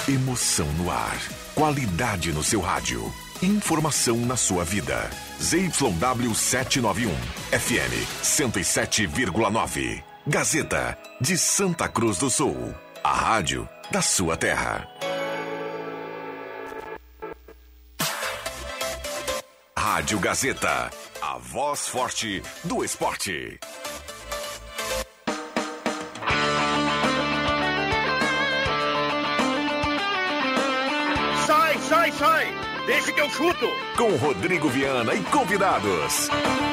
Emoção no ar. Qualidade no seu rádio. Informação na sua vida. ZYW 791. FM 107,9. Gazeta de Santa Cruz do Sul. A rádio da sua terra. Rádio Gazeta. A voz forte do esporte. Sai! Deixa que eu chuto! Com Rodrigo Viana e convidados.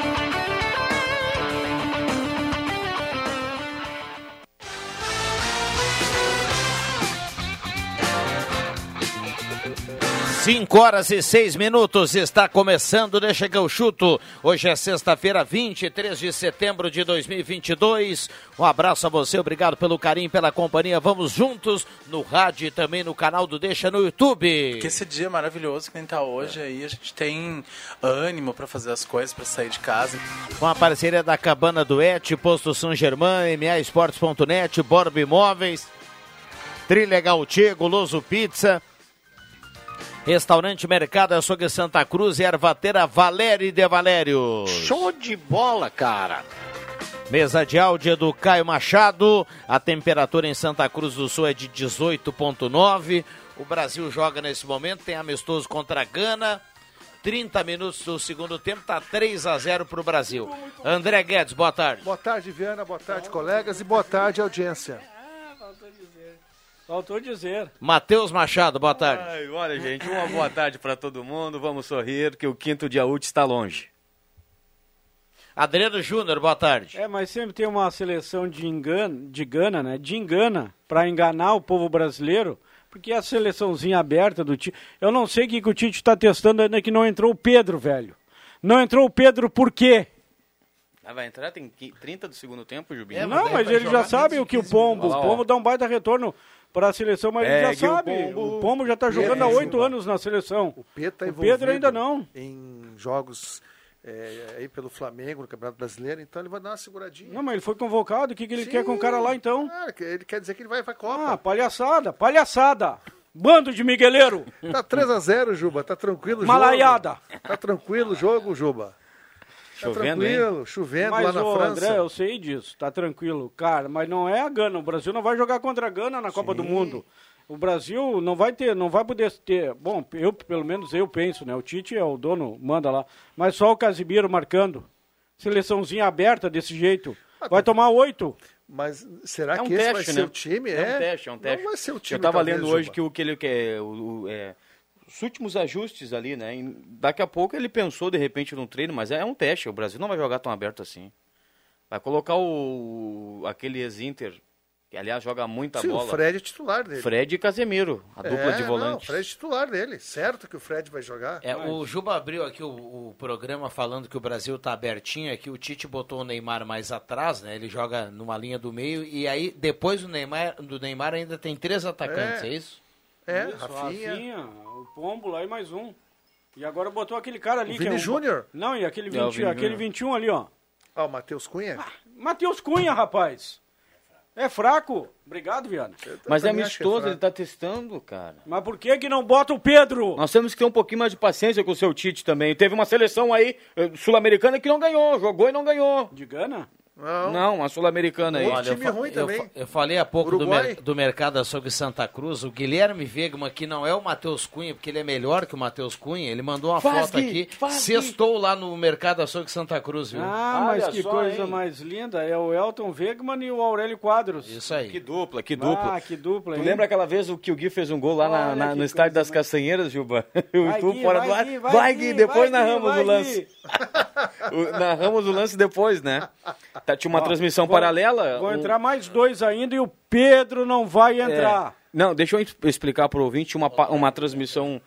Cinco horas e 6 minutos, está começando, deixa que eu chuto. Hoje é sexta-feira, 23 de setembro de 2022. Um abraço a você, obrigado pelo carinho, pela companhia. Vamos juntos no rádio e também no canal do Deixa no YouTube. Porque esse dia maravilhoso que nem tá hoje, aí a gente tem ânimo para fazer as coisas, para sair de casa. Com a parceria da Cabana Duete, Posto São Germain, maesportes.net, Borba Imóveis, Trilegal Tchê, Goloso Pizza, Restaurante Mercado Açougue Santa Cruz e Ervateira Valério de Valério. Show de bola, cara! Mesa de áudio do Caio Machado. A temperatura em Santa Cruz do Sul é de 18,9. O Brasil joga nesse momento, tem amistoso contra a Gana. 30 minutos do segundo tempo, tá 3-0 pro Brasil. André Guedes, boa tarde. Boa tarde, Viana, boa tarde, colegas, e boa tarde, audiência. Faltou dizer. Matheus Machado, boa tarde. Ai, olha, gente, uma boa tarde para todo mundo. Vamos sorrir que o quinto dia útil está longe. Adriano Júnior, boa tarde. Mas sempre tem uma seleção de Gana, né? De engana, para enganar o povo brasileiro, porque a seleçãozinha aberta do Tite. Eu não sei o que o Tite está testando ainda que não entrou o Pedro, velho. Não entrou o Pedro por quê? Vai entrar, tem 30 do segundo tempo, Jubinho. Não, mas ele já sabe o que o Pombo dá um baita retorno para a seleção, mas ele já sabe. O Pombo já está jogando há 8 anos na seleção. O Pedro está Pedro ainda não. Em jogos aí pelo Flamengo, no Campeonato Brasileiro, então ele vai dar uma seguradinha. Não, mas ele foi convocado, o que ele quer com o cara lá então? Ele quer dizer que ele vai pra Copa. Palhaçada! Bando de migueleiro! Tá 3-0, Juba, tá tranquilo o jogo. Malaiada! Tá tranquilo o jogo, Juba. Tá Chovendo, tranquilo, chovendo mas, lá na França. André, eu sei disso, tá tranquilo. Cara, mas não é a Gana. O Brasil não vai jogar contra a Gana na Copa do Mundo. O Brasil não vai poder ter. Bom, pelo menos eu penso, né? O Tite é o dono, manda lá. Mas só o Casimiro marcando. Seleçãozinha aberta desse jeito. Vai tomar 8. Mas será É um que esse teste, vai ser né? o time? É um teste. Não vai ser o time. Eu tava talvez, lendo hoje Juba. que o que ele quer. Os últimos ajustes ali, né? E daqui a pouco ele pensou de repente num treino, mas é um teste. O Brasil não vai jogar tão aberto assim. Vai colocar aquele ex-Inter, que aliás joga muita bola. O Fred é titular dele. Fred e Casemiro, a dupla de volantes. O Fred é titular dele. Certo que o Fred vai jogar. O Juba abriu aqui o programa falando que o Brasil tá abertinho, aqui o Tite botou o Neymar mais atrás, né? Ele joga numa linha do meio e aí depois do Neymar ainda tem 3 atacantes, é isso? Isso, Rafinha, o Pombo lá e mais um. E agora botou aquele cara ali. O Vini Júnior. Não, e aquele 21 ali, ó. O Matheus Cunha. Matheus Cunha, rapaz. É fraco. Obrigado, Viana. Mas é amistoso, ele tá testando, cara. Mas por que não bota o Pedro? Nós temos que ter um pouquinho mais de paciência com o seu Tite também. Teve uma seleção aí, sul-americana, que não ganhou. Jogou e não ganhou. De Gana? Não, a sul-americana aí. Olha, time ruim também. Eu falei há pouco Uruguai. do Mercado Açougue Santa Cruz. O Guilherme Wegman, que não é o Matheus Cunha, porque ele é melhor que o Matheus Cunha, ele mandou uma foto aqui. Sextou lá no Mercado Açougue Santa Cruz, viu? Mas Olha que só, coisa hein? mais linda. É o Elton Wegman e o Aurélio Quadros. Isso aí. Que dupla. Que dupla, Tu hein? lembra aquela vez que o Gui fez um gol lá Olha no que estádio coisa das Castanheiras, Juba? Vai, Tu Gui, fora vai, do ar. Gui, Vai, Gui, depois narramos vai, o lance. Gui. Narramos o lance depois, né? Tinha uma transmissão paralela. Vão entrar mais 2 ainda e o Pedro não vai entrar. Não, deixa eu explicar pro ouvinte, tinha uma transmissão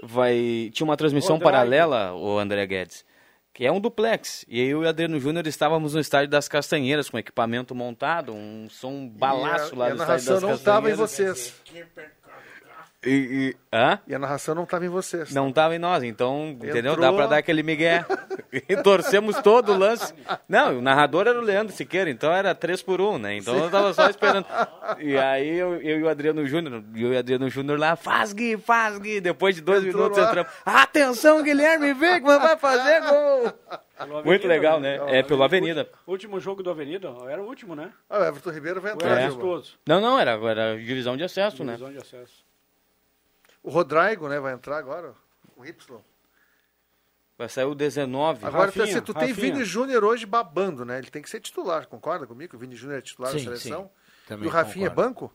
Drive. paralela, o André Guedes, que é um duplex. E eu e o Adriano Júnior estávamos no estádio das Castanheiras, com equipamento montado, um som balaço lá e do a estádio das narração não estava em Castanheiras. vocês. E a narração não estava em vocês. Não estava em nós, então, entendeu? Entrou. Dá pra dar aquele migué. E torcemos todo o lance. Não, o narrador era o Leandro Siqueira, então era 3-1, né? Então eu tava só esperando. E aí eu e o Adriano Júnior lá, faz Gui. Depois de 2 minutos entramos. Atenção, Guilherme, vem que vai fazer gol. Muito legal, né? É pelo Avenida. Último jogo do Avenida, era o último, né? O Everton Ribeiro vai entrar. Não, era divisão de acesso, né? Divisão de acesso. O Rodrigo, né, vai entrar agora, o Y. Vai sair o 19. Agora, Rafinha, tu tem Vini Júnior hoje babando, né? Ele tem que ser titular, concorda comigo? Que o Vini Júnior é titular da seleção. Sim, e o Rafinha concordo. é banco?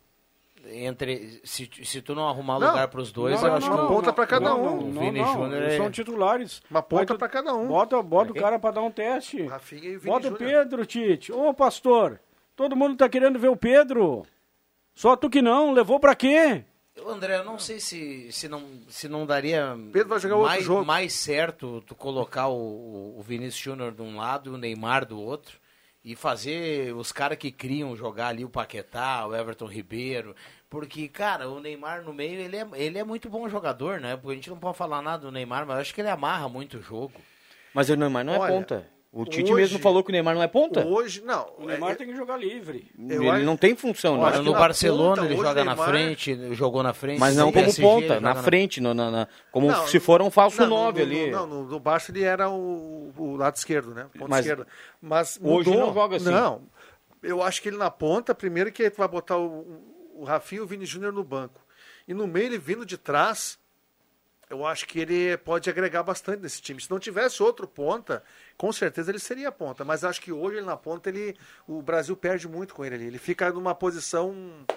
Se tu não arrumar lugar para os dois, eu acho que uma ponta para cada um. O Vini Júnior são titulares. Uma ponta para cada um. Bota o cara para dar um teste. O Rafinha e o Vini Bota Júnior. o Pedro, Tite. Ô, pastor, todo mundo tá querendo ver o Pedro. Só tu que não, levou para quê? André, eu não sei se não daria Pedro vai jogar outro jogo. mais certo tu colocar o Vinícius Júnior de um lado e o Neymar do outro e fazer os caras que criam jogar ali, o Paquetá, o Everton Ribeiro, porque, cara, o Neymar no meio, ele é muito bom jogador, né? Porque a gente não pode falar nada do Neymar, mas eu acho que ele amarra muito o jogo. Mas o Neymar não é ponta. O Tite mesmo falou que o Neymar não é ponta. Hoje, não. O Neymar tem que jogar livre. Ele não tem função. No Barcelona ele joga na frente, jogou na frente. Mas não como PSG, ponta, na frente, como se for um falso 9 ali. No Barça ele era o lado esquerdo, né? Ponta esquerda. Mas hoje não joga assim. Não, eu acho que ele na ponta, primeiro que tu vai botar o Rafinha e o Vini Júnior no banco. E no meio ele vindo de trás, eu acho que ele pode agregar bastante nesse time. Se não tivesse outro ponta, com certeza ele seria ponta. Mas acho que hoje ele na ponta, o Brasil perde muito com ele ali. Ele fica numa posição...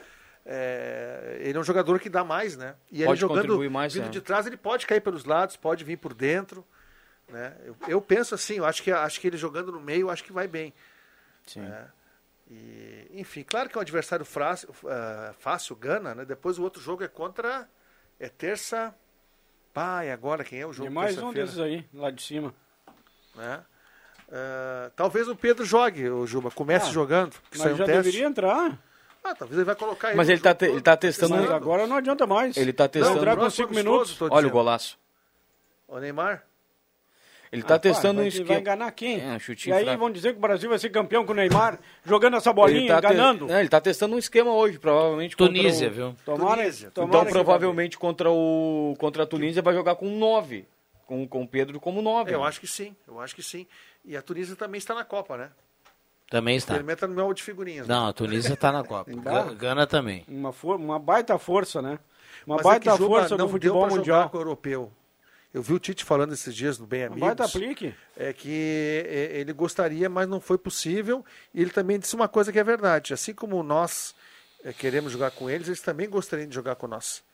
ele é um jogador que dá mais, né? E pode ele jogando mais, vindo de trás, ele pode cair pelos lados, pode vir por dentro. Né? Eu penso assim, eu acho que ele jogando no meio, eu acho que vai bem. Sim. E, enfim, claro que é um adversário fácil, Gana, né? Depois o outro jogo é contra... É terça... e agora quem é o jogo? E mais um desses aí, lá de cima. Né? Talvez o Pedro jogue, o Juba, comece jogando. Mas já deveria entrar. Talvez ele vai colocar ele. Mas ele tá testando. Mas agora não adianta mais. Ele tá testando. Entrar com 5 minutos. Olha o golaço. O Neymar? Ele tá testando um esquema. Vai enganar quem? Um chutinho e aí fraco. vão dizer que o Brasil vai ser campeão com o Neymar, jogando essa bolinha, enganando. Ele tá testando um esquema hoje, provavelmente. Tunísia, viu? Tomara então, provavelmente, contra a Tunísia, vai jogar com 9. Com o Pedro como 9. Eu acho que sim. E a Tunísia também está na Copa, né? Também está. Ele entra no meu de figurinhas. Não, a Tunísia está na Copa. Gana também. Uma baita força, né? Baita força do futebol mundial. Com o europeu. Eu vi o Tite falando esses dias no Bem Amigos. Baita aplique. Que ele gostaria, mas não foi possível. E ele também disse uma coisa que é verdade. Assim como nós queremos jogar com eles também gostariam de jogar com nós.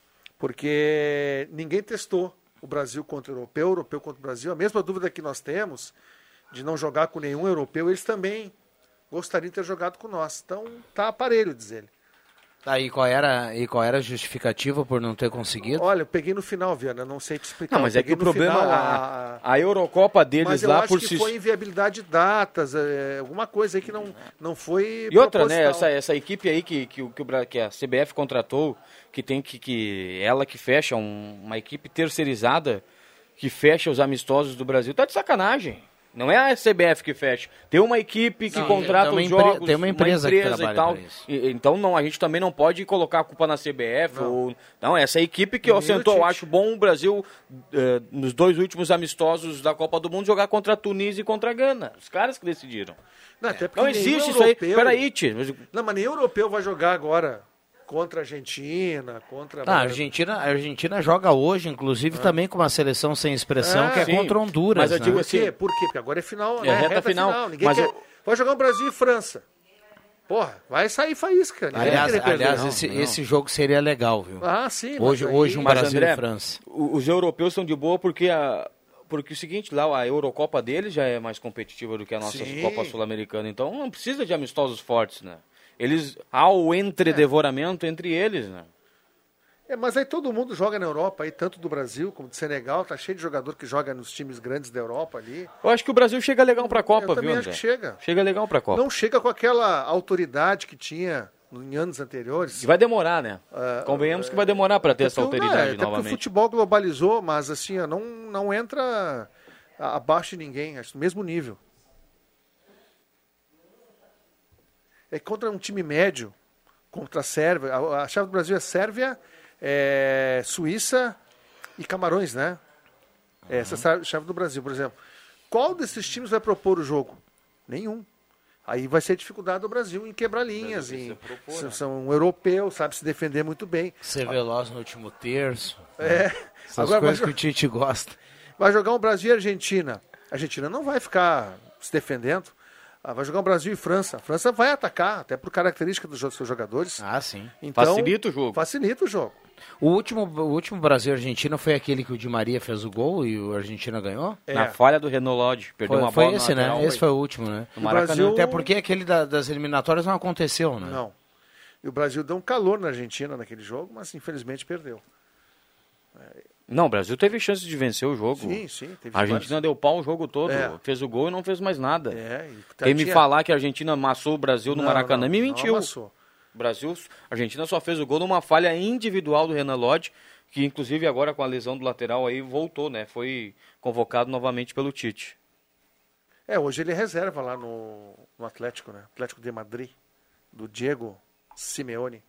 Porque ninguém testou o Brasil contra o europeu contra o Brasil. A mesma dúvida que nós temos de não jogar com nenhum europeu, eles também gostariam de ter jogado com nós. Então, tá aparelho, diz ele. E qual era a justificativa por não ter conseguido? Olha, eu peguei no final, Viana, não sei te explicar. Não, mas é que o problema, a Eurocopa deles lá por si... Mas eu acho que foi inviabilidade de datas, alguma coisa aí que não foi E outra, né, essa equipe aí que a CBF contratou, que tem ela que fecha, uma equipe terceirizada, que fecha os amistosos do Brasil, tá de sacanagem. Não é a CBF que fecha. Tem uma equipe que contrata os jogos. Tem uma empresa que trabalha e tal. Então a gente também não pode colocar a culpa na CBF. Não, essa equipe que sentou, eu acho bom o Brasil, nos 2 últimos amistosos da Copa do Mundo, jogar contra a Tunísia e contra a Gana. Os caras que decidiram. Não existe isso aí. Peraí, tio. Não, mas nem europeu vai jogar agora contra a Argentina, contra... A Argentina joga hoje, inclusive, também com uma seleção sem expressão, que é contra Honduras. Mas eu digo assim... Por quê? Porque agora é final, é reta final. Ninguém quer... Vai jogar o Brasil e França. Porra, vai sair faísca. Aliás, esse jogo seria legal, viu? Sim. Hoje um Brasil e França. Os europeus são de boa porque o seguinte, lá a Eurocopa deles já é mais competitiva do que a nossa Copa Sul-Americana. Então não precisa de amistosos fortes, né? Há o entredevoramento entre eles, né? Mas aí todo mundo joga na Europa, aí, tanto do Brasil como do Senegal, tá cheio de jogador que joga nos times grandes da Europa ali. Eu acho que o Brasil chega legal pra Copa, viu, André? Acho que chega. Chega legal pra Copa. Não chega com aquela autoridade que tinha em anos anteriores. E vai demorar, né? Convenhamos que vai demorar para ter essa alteridade até novamente. Porque o futebol globalizou, mas assim, não entra abaixo de ninguém, acho no mesmo nível. É contra um time médio, contra a Sérvia. A chave do Brasil é Sérvia, Suíça e Camarões, né? Essa é a chave do Brasil, por exemplo. Qual desses times vai propor o jogo? Nenhum. Aí vai ser a dificuldade do Brasil em quebrar linhas. São europeus, sabe se defender muito bem. Ser veloz no último terço. Essas Agora coisas que o Tite gosta. Vai jogar um Brasil e Argentina. A Argentina não vai ficar se defendendo. Vai jogar um Brasil e França. A França vai atacar, até por característica dos seus jogadores. Ah, sim. Então, facilita o jogo. Facilita o jogo. O último Brasil e Argentina foi aquele que o Di Maria fez o gol e o Argentina ganhou? Na falha do Renault Lodge. Perdeu uma bola. Foi esse, né? Esse foi o último, né? O Brasil... Até porque aquele das eliminatórias não aconteceu, né? Não. E o Brasil deu um calor na Argentina naquele jogo, mas infelizmente perdeu. Não, o Brasil teve chance de vencer o jogo. Sim. A Argentina deu pau o jogo todo. Fez o gol e não fez mais nada. Quem me falar que a Argentina amassou o Brasil no Maracanã me mentiu. Não amassou. A Argentina só fez o gol numa falha individual do Renan Lodge, que inclusive agora com a lesão do lateral aí voltou, né? Foi convocado novamente pelo Tite. Hoje ele é reserva lá no Atlético, né? Atlético de Madrid, do Diego Simeone.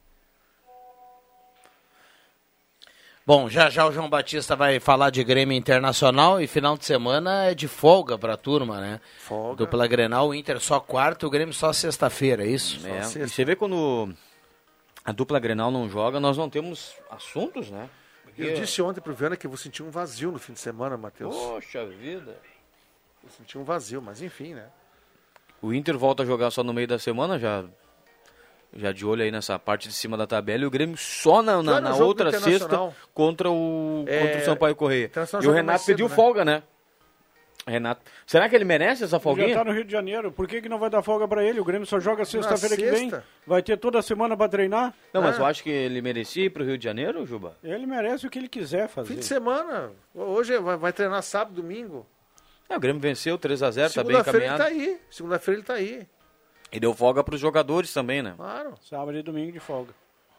Bom, já o João Batista vai falar de Grêmio Internacional e final de semana é de folga para a turma, né? Folga. Dupla Grenal, o Inter só quarta, o Grêmio só sexta-feira, é isso? E você vê quando a dupla Grenal não joga, nós não temos assuntos, né? Porque... Eu disse ontem pro Viana que eu vou sentir um vazio no fim de semana, Matheus. Poxa vida. Eu senti um vazio, mas enfim, né? O Inter volta a jogar só no meio da semana, já de olho aí nessa parte de cima da tabela, e o Grêmio só na outra sexta contra o Sampaio Corrêa. E o Renato pediu folga, né? Renato, será que ele merece essa folguinha? Já tá no Rio de Janeiro, por que não vai dar folga pra ele? O Grêmio só joga sexta-feira que vem, vai ter toda a semana pra treinar. Não, mas eu acho que ele merecia ir pro Rio de Janeiro, Juba? Ele merece o que ele quiser fazer. Fim de semana, hoje vai treinar sábado, domingo. O Grêmio venceu 3-0, tá bem encaminhado. Segunda-feira ele tá aí. E deu folga pros jogadores também, né? Claro. Sábado e domingo de folga.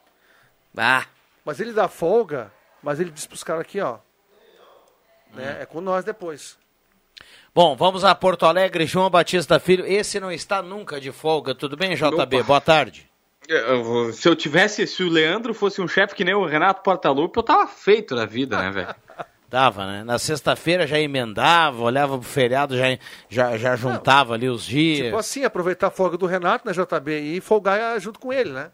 Mas ele dá folga, mas ele diz pros caras aqui, ó. Né? É com nós depois. Bom, vamos a Porto Alegre, João Batista Filho. Esse não está nunca de folga, tudo bem, JB? Opa. Boa tarde. Se o Leandro fosse um chefe que nem o Renato Portaluppi, eu tava feito da vida, né, velho? Tava, né? Na sexta-feira já emendava, olhava pro feriado, já juntava ali os dias. Tipo assim, aproveitar a folga do Renato na JB e folgar junto com ele, né?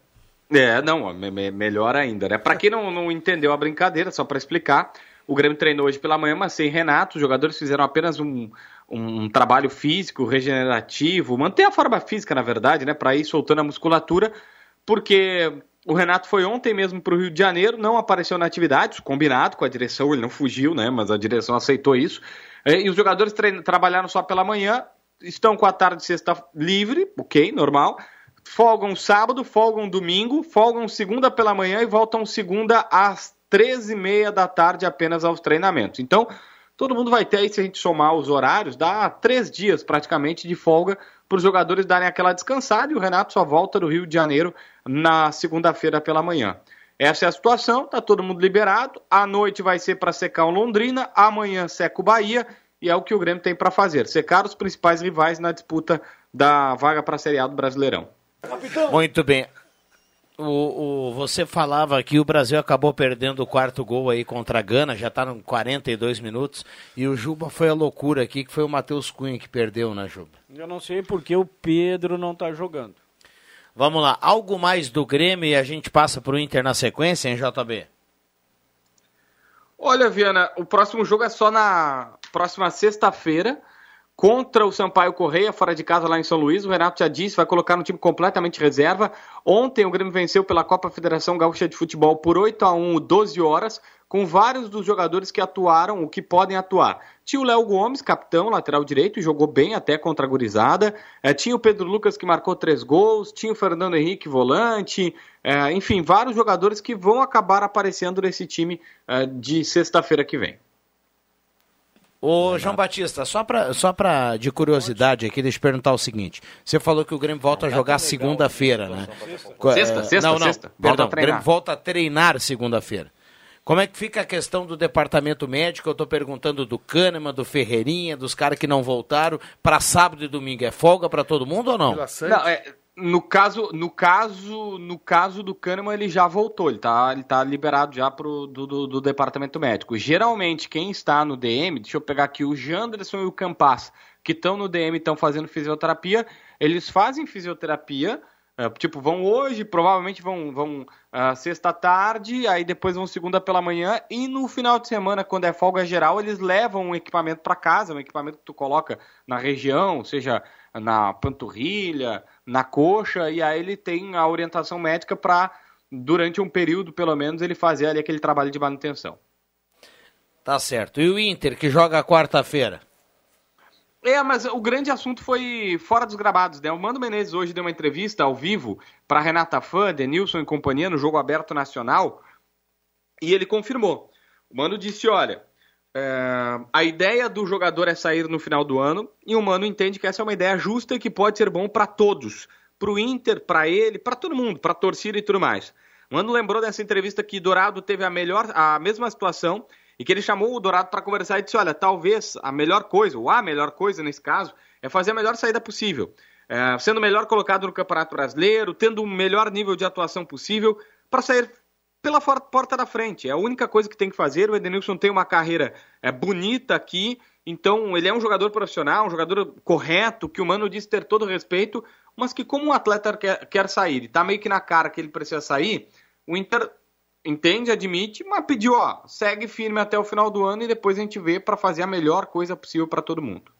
Melhor ainda, né? Pra quem não entendeu a brincadeira, só pra explicar, o Grêmio treinou hoje pela manhã, mas sem Renato, os jogadores fizeram apenas um trabalho físico, regenerativo, manter a forma física, na verdade, né? Pra ir soltando a musculatura, porque... O Renato foi ontem mesmo para o Rio de Janeiro, não apareceu na atividade, combinado com a direção, ele não fugiu, né? Mas a direção aceitou isso. E os jogadores trabalharam só pela manhã, estão com a tarde de sexta livre, ok, normal. Folgam sábado, folgam domingo, folgam segunda pela manhã e voltam segunda às 13h30 da tarde apenas aos treinamentos. Então, todo mundo vai ter aí, se a gente somar os horários, dá 3 dias praticamente de folga para os jogadores darem aquela descansada, e o Renato só volta do Rio de Janeiro na segunda-feira pela manhã. Essa é a situação, tá todo mundo liberado, à noite vai ser para secar o Londrina, amanhã seca o Bahia, e é o que o Grêmio tem para fazer, secar os principais rivais na disputa da vaga para a Série A do Brasileirão. Muito bem. Você falava que o Brasil acabou perdendo o quarto gol aí contra a Gana, já está nos 42 minutos, e o Juba foi a loucura aqui, que foi o Matheus Cunha que perdeu, né, Juba? Eu não sei porque o Pedro não está jogando. Vamos lá, algo mais do Grêmio e a gente passa para o Inter na sequência, hein, JB? Olha, Viana, o próximo jogo é só na próxima sexta-feira, contra o Sampaio Corrêa, fora de casa lá em São Luís. O Renato já disse, vai colocar no time completamente reserva. Ontem o Grêmio venceu pela Copa Federação Gaúcha de Futebol por 8-1, 12 horas, com vários dos jogadores que atuaram, o que podem atuar. Tinha o Léo Gomes, capitão, lateral direito, jogou bem até contra a gurizada. Tinha o Pedro Lucas, que marcou 3 gols. Tinha o Fernando Henrique, volante. Enfim, vários jogadores que vão acabar aparecendo nesse time de sexta-feira que vem. Ô, João Batista, só pra de curiosidade aqui, deixa eu perguntar o seguinte. Você falou que o Grêmio volta a jogar segunda-feira, né? Sexta. Perdão, o Grêmio volta a treinar segunda-feira. Como é que fica a questão do departamento médico? Eu tô perguntando do Kahneman, do Ferreirinha, dos caras que não voltaram para sábado e domingo. É folga para todo mundo ou não? No caso do Kahneman, ele já voltou, ele tá liberado já do departamento médico. Geralmente, quem está no DM, deixa eu pegar aqui, o Janderson e o Campas, que estão no DM e estão fazendo fisioterapia, eles fazem fisioterapia, vão hoje, provavelmente vão sexta tarde, aí depois vão segunda pela manhã, e no final de semana, quando é folga geral, eles levam um equipamento para casa, um equipamento que tu coloca na região, seja na panturrilha, na coxa, e aí ele tem a orientação médica para, durante um período, pelo menos, ele fazer ali aquele trabalho de manutenção. Tá certo. E o Inter, que joga quarta-feira? Mas o grande assunto foi fora dos gramados, né? O Mano Menezes hoje deu uma entrevista ao vivo para Renata Fã, Denilson e companhia, no Jogo Aberto Nacional, e ele confirmou. O Mano disse, olha, a ideia do jogador é sair no final do ano, e o Mano entende que essa é uma ideia justa e que pode ser bom para todos, para o Inter, para ele, para todo mundo, para a torcida e tudo mais. O Mano lembrou dessa entrevista que Dourado teve a mesma situação, e que ele chamou o Dourado para conversar e disse, olha, talvez a melhor coisa, ou a melhor coisa nesse caso, é fazer a melhor saída possível, sendo melhor colocado no Campeonato Brasileiro, tendo o melhor nível de atuação possível, para sair pela porta da frente. É a única coisa que tem que fazer. O Edenilson tem uma carreira bonita aqui, então ele é um jogador profissional, um jogador correto, que o Mano disse ter todo o respeito, mas que como um atleta quer sair, e está meio que na cara que ele precisa sair, o Inter entende, admite, mas pediu, segue firme até o final do ano e depois a gente vê para fazer a melhor coisa possível para todo mundo.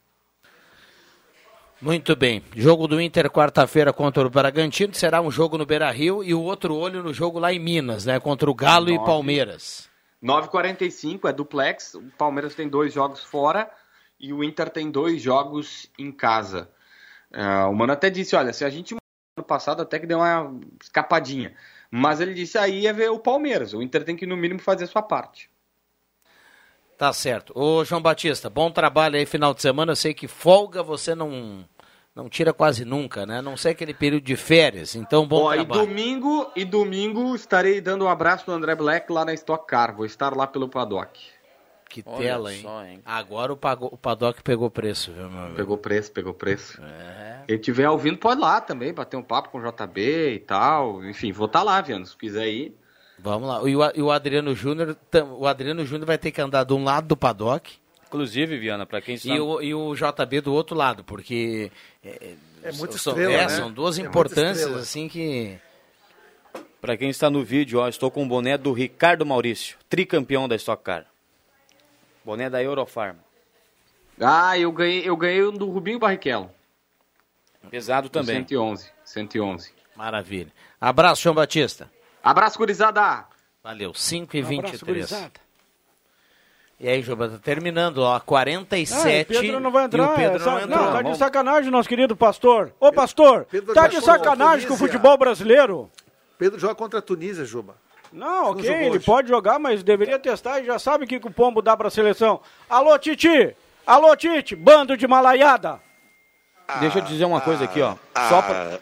Muito bem. Jogo do Inter quarta-feira contra o Bragantino, será um jogo no Beira-Rio e o outro olho no jogo lá em Minas, né? Contra o Galo e Palmeiras. 9h45, é duplex, o Palmeiras tem 2 jogos fora e o Inter tem 2 jogos em casa. O Mano até disse, olha, se a gente ano passado até que deu uma escapadinha, mas ele disse aí é ver o Palmeiras, o Inter tem que no mínimo fazer a sua parte. Tá certo. Ô João Batista, bom trabalho aí final de semana, eu sei que folga você não tira quase nunca, né? Não sei aquele período de férias, então bom trabalho. E domingo estarei dando um abraço no André Black lá na Stock Car, vou estar lá pelo paddock. Que tela, hein? Agora o paddock pegou preço, viu, meu amigo? Pegou preço. Quem estiver ouvindo pode ir lá também, bater um papo com o JB e tal, enfim, vou estar lá, Viano, se quiser ir. Vamos lá. E o Adriano Júnior, vai ter que andar de um lado do paddock. Inclusive, Viana, para quem está... E o JB do outro lado, porque... É muito estrela, né? São duas importâncias, assim, que... Para quem está no vídeo, estou com o boné do Ricardo Maurício, tricampeão da Stock Car. Boné da Eurofarma. Eu ganhei um do Rubinho Barrichello. Pesado também. 111. Maravilha. Abraço, João Batista. Abraço, gurizada. Valeu, 5h23. E aí, Juba, tá terminando, 47. O Pedro não vai entrar. E o Pedro não entrou. Não, tá de sacanagem, nosso querido pastor. Ô, pastor, Pedro tá de sacanagem com o futebol brasileiro? Pedro joga contra a Tunísia, Juba. Não, ok, ele pode jogar, mas deveria testar e já sabe o que o Pombo dá pra seleção. Alô, Titi! Alô, Tite! Bando de malaiada! Deixa eu dizer uma coisa aqui, ó. Só pra...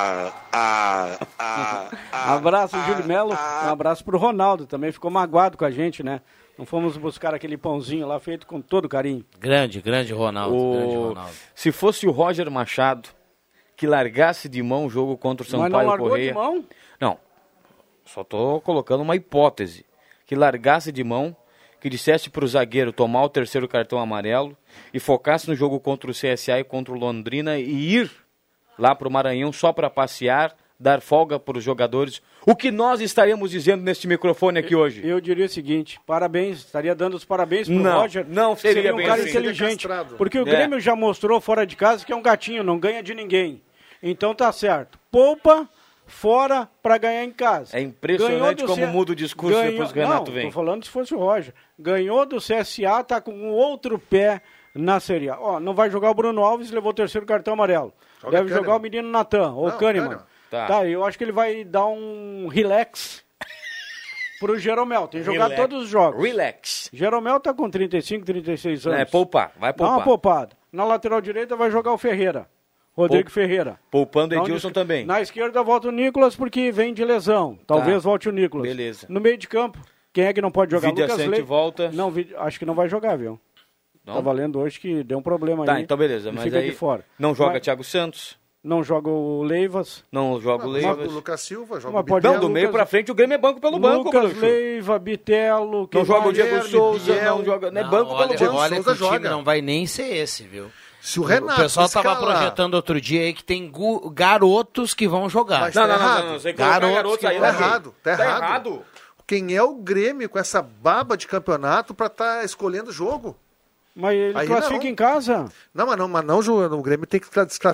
Abraço, Júlio Melo. Um abraço pro Ronaldo, também ficou magoado com a gente, né? Não fomos buscar aquele pãozinho lá feito com todo carinho. Grande Ronaldo. Se fosse o Roger Machado que largasse de mão o jogo contra o Sampaio Corrêa... Mas não largou de mão? Não. Só tô colocando uma hipótese. Que largasse de mão, que dissesse pro zagueiro tomar o 3º cartão amarelo e focasse no jogo contra o CSA e contra o Londrina e ir lá pro Maranhão só para passear, dar folga para os jogadores. O que nós estaríamos dizendo neste microfone aqui hoje? Eu diria o seguinte, parabéns, estaria dando os parabéns pro Roger. Não, seria um bem cara assim. inteligente, porque o Grêmio já mostrou fora de casa que é um gatinho, não ganha de ninguém. Então tá certo. Poupa fora para ganhar em casa. É impressionante como muda o discurso depois que o Renato vem. Tô falando se fosse o Roger. Ganhou do CSA, tá com um outro pé na Série A. Não vai jogar o Bruno Alves, levou o 3º cartão amarelo. Deve jogar o menino Natan, ou o Kahneman. Tá, eu acho que ele vai dar um relax pro Jeromel. Tem que jogar todos os jogos. Relax. mais. Jeromel tá com 35, 36 anos. É, poupar, vai Dá poupar. uma poupada. Na lateral direita vai jogar o Ferreira. Rodrigo Ferreira. Poupando Então, Edilson também. Na esquerda volta o Nicolas porque vem de lesão. Talvez volte o Nicolas. Beleza. No meio de campo, quem é que não pode jogar? Vidia Lucas Sante Leite. volta. Não, acho que não vai jogar, viu? Não? Tá valendo hoje que deu um problema aí. Tá, então beleza. Ele Mas fica aí de fora. não joga Mas Thiago Santos, não joga o Leivas. não joga o Joga Leivas. o Lucas Silva, joga Mas o pode- Bitelo. Não, do meio Lucas- pra frente o Grêmio é banco pelo banco, Lucas Bruxo. Leiva, Bitelo. quem Não joga o mais? Diego Guilherme, Souza, Biel. não joga, não é Não, banco olha, pelo banco. olha que Souza o time joga. não vai nem ser esse, viu? Se o Renato O pessoal estava escalar- projetando outro dia aí que tem garotos que vão jogar. Mas Não, tá não, errado. não, você colocar Garotos garotos que aí, vão- Tá ok. errado, tá errado. Quem é o Grêmio com essa baba de campeonato pra estar escolhendo o jogo? Mas ele Aí classifica não. em casa. Mas não, João. O Grêmio tem que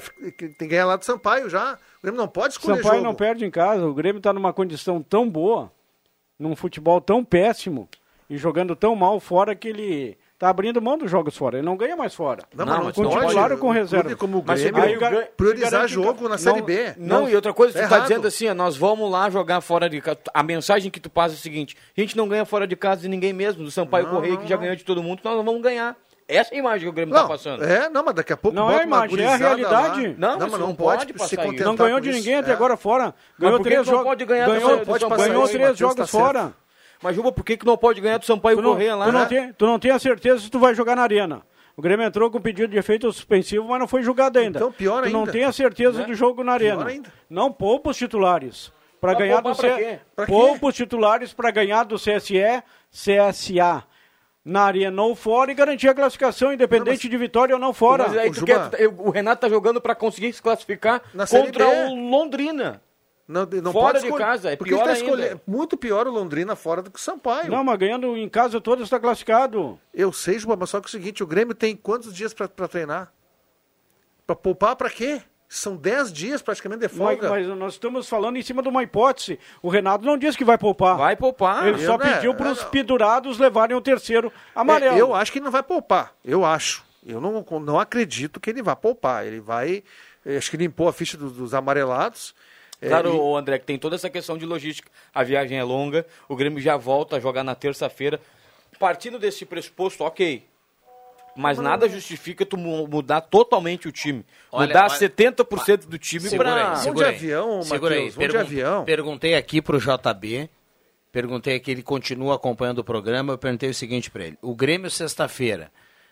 ganhar lá do Sampaio já. O Grêmio não pode escolher Sampaio jogo. não perde em casa. O Grêmio está numa condição tão boa, num futebol tão péssimo e jogando tão mal fora que ele tá abrindo mão dos jogos fora. Ele não ganha mais fora. Não, Não, mas mas com não titular pode. ou com reserva. Clube como o Mas Grêmio, aí o Gar- priorizar garante jogo que- na Série B. Não, e outra coisa, tu tá tá errado. dizendo assim, ó, nós vamos lá jogar fora de casa. A mensagem que tu passa é a seguinte: a gente não ganha fora de casa de ninguém mesmo. Do Sampaio Correia, que já ganhou de todo mundo, nós não vamos ganhar. Essa é a imagem que o Grêmio tá Não, passando. mas daqui a pouco Não bota é a imagem, uma é a gurizada realidade. lá. Não, mas você não não pode pode se passar contentar isso. Não ganhou com de isso. ninguém até agora fora. Ganhou por que 3 que não jogos. pode ganhar Ganhou, do pode Sampaio? passar ganhou isso, 3 Matheus jogos tá certo. fora. Mas, Juba, por que não pode ganhar do Sampaio Correia lá? Tu não tem a certeza se tu vai jogar na arena. O Grêmio entrou com pedido de efeito suspensivo, mas não foi julgado ainda. Então, pior tu não ainda. tem a certeza Né? do jogo na arena. Pior ainda. Não poupa os titulares. Para Mas ganhar do poupar pra quê? Pra quê? Poupa os titulares para ganhar do CSE, CSA na arena ou fora e garantir a classificação, independente de vitória ou não fora. Mas aí Ô, tu Juba. o Renato tá jogando pra conseguir se classificar Na Série contra B. o Londrina. Não Fora pode de escolher. casa, é Porque pior ele tá ainda. escolhendo- Muito pior o Londrina fora do que o Sampaio. Não, mas ganhando em casa todos está classificado. Eu sei, Juba, mas só que é o seguinte, o Grêmio tem quantos dias pra treinar? Pra poupar pra quê? São 10 dias praticamente de folga. Mas nós estamos falando em cima de uma hipótese. O Renato não disse que vai poupar. Vai poupar. Ele só pediu para os pendurados levarem o terceiro amarelo. Eu acho que ele não vai poupar. Eu acho. Eu não acredito que ele vai poupar. Ele vai... Acho que limpou a ficha dos amarelados. Claro, ô André, que tem toda essa questão de logística. A viagem é longa, o Grêmio já volta a jogar na terça-feira. Partindo desse pressuposto, ok. Mas nada justifica tu mudar totalmente o time. Olha, mudar olha- 70% do time Segura pra... aí, Vamos segura de aí. avião, Segura aí. Matheus, vamos de avião. Perguntei aqui pro JB, perguntei aqui, ele continua acompanhando o programa, eu perguntei o seguinte para ele. O Grêmio, sexta-feira,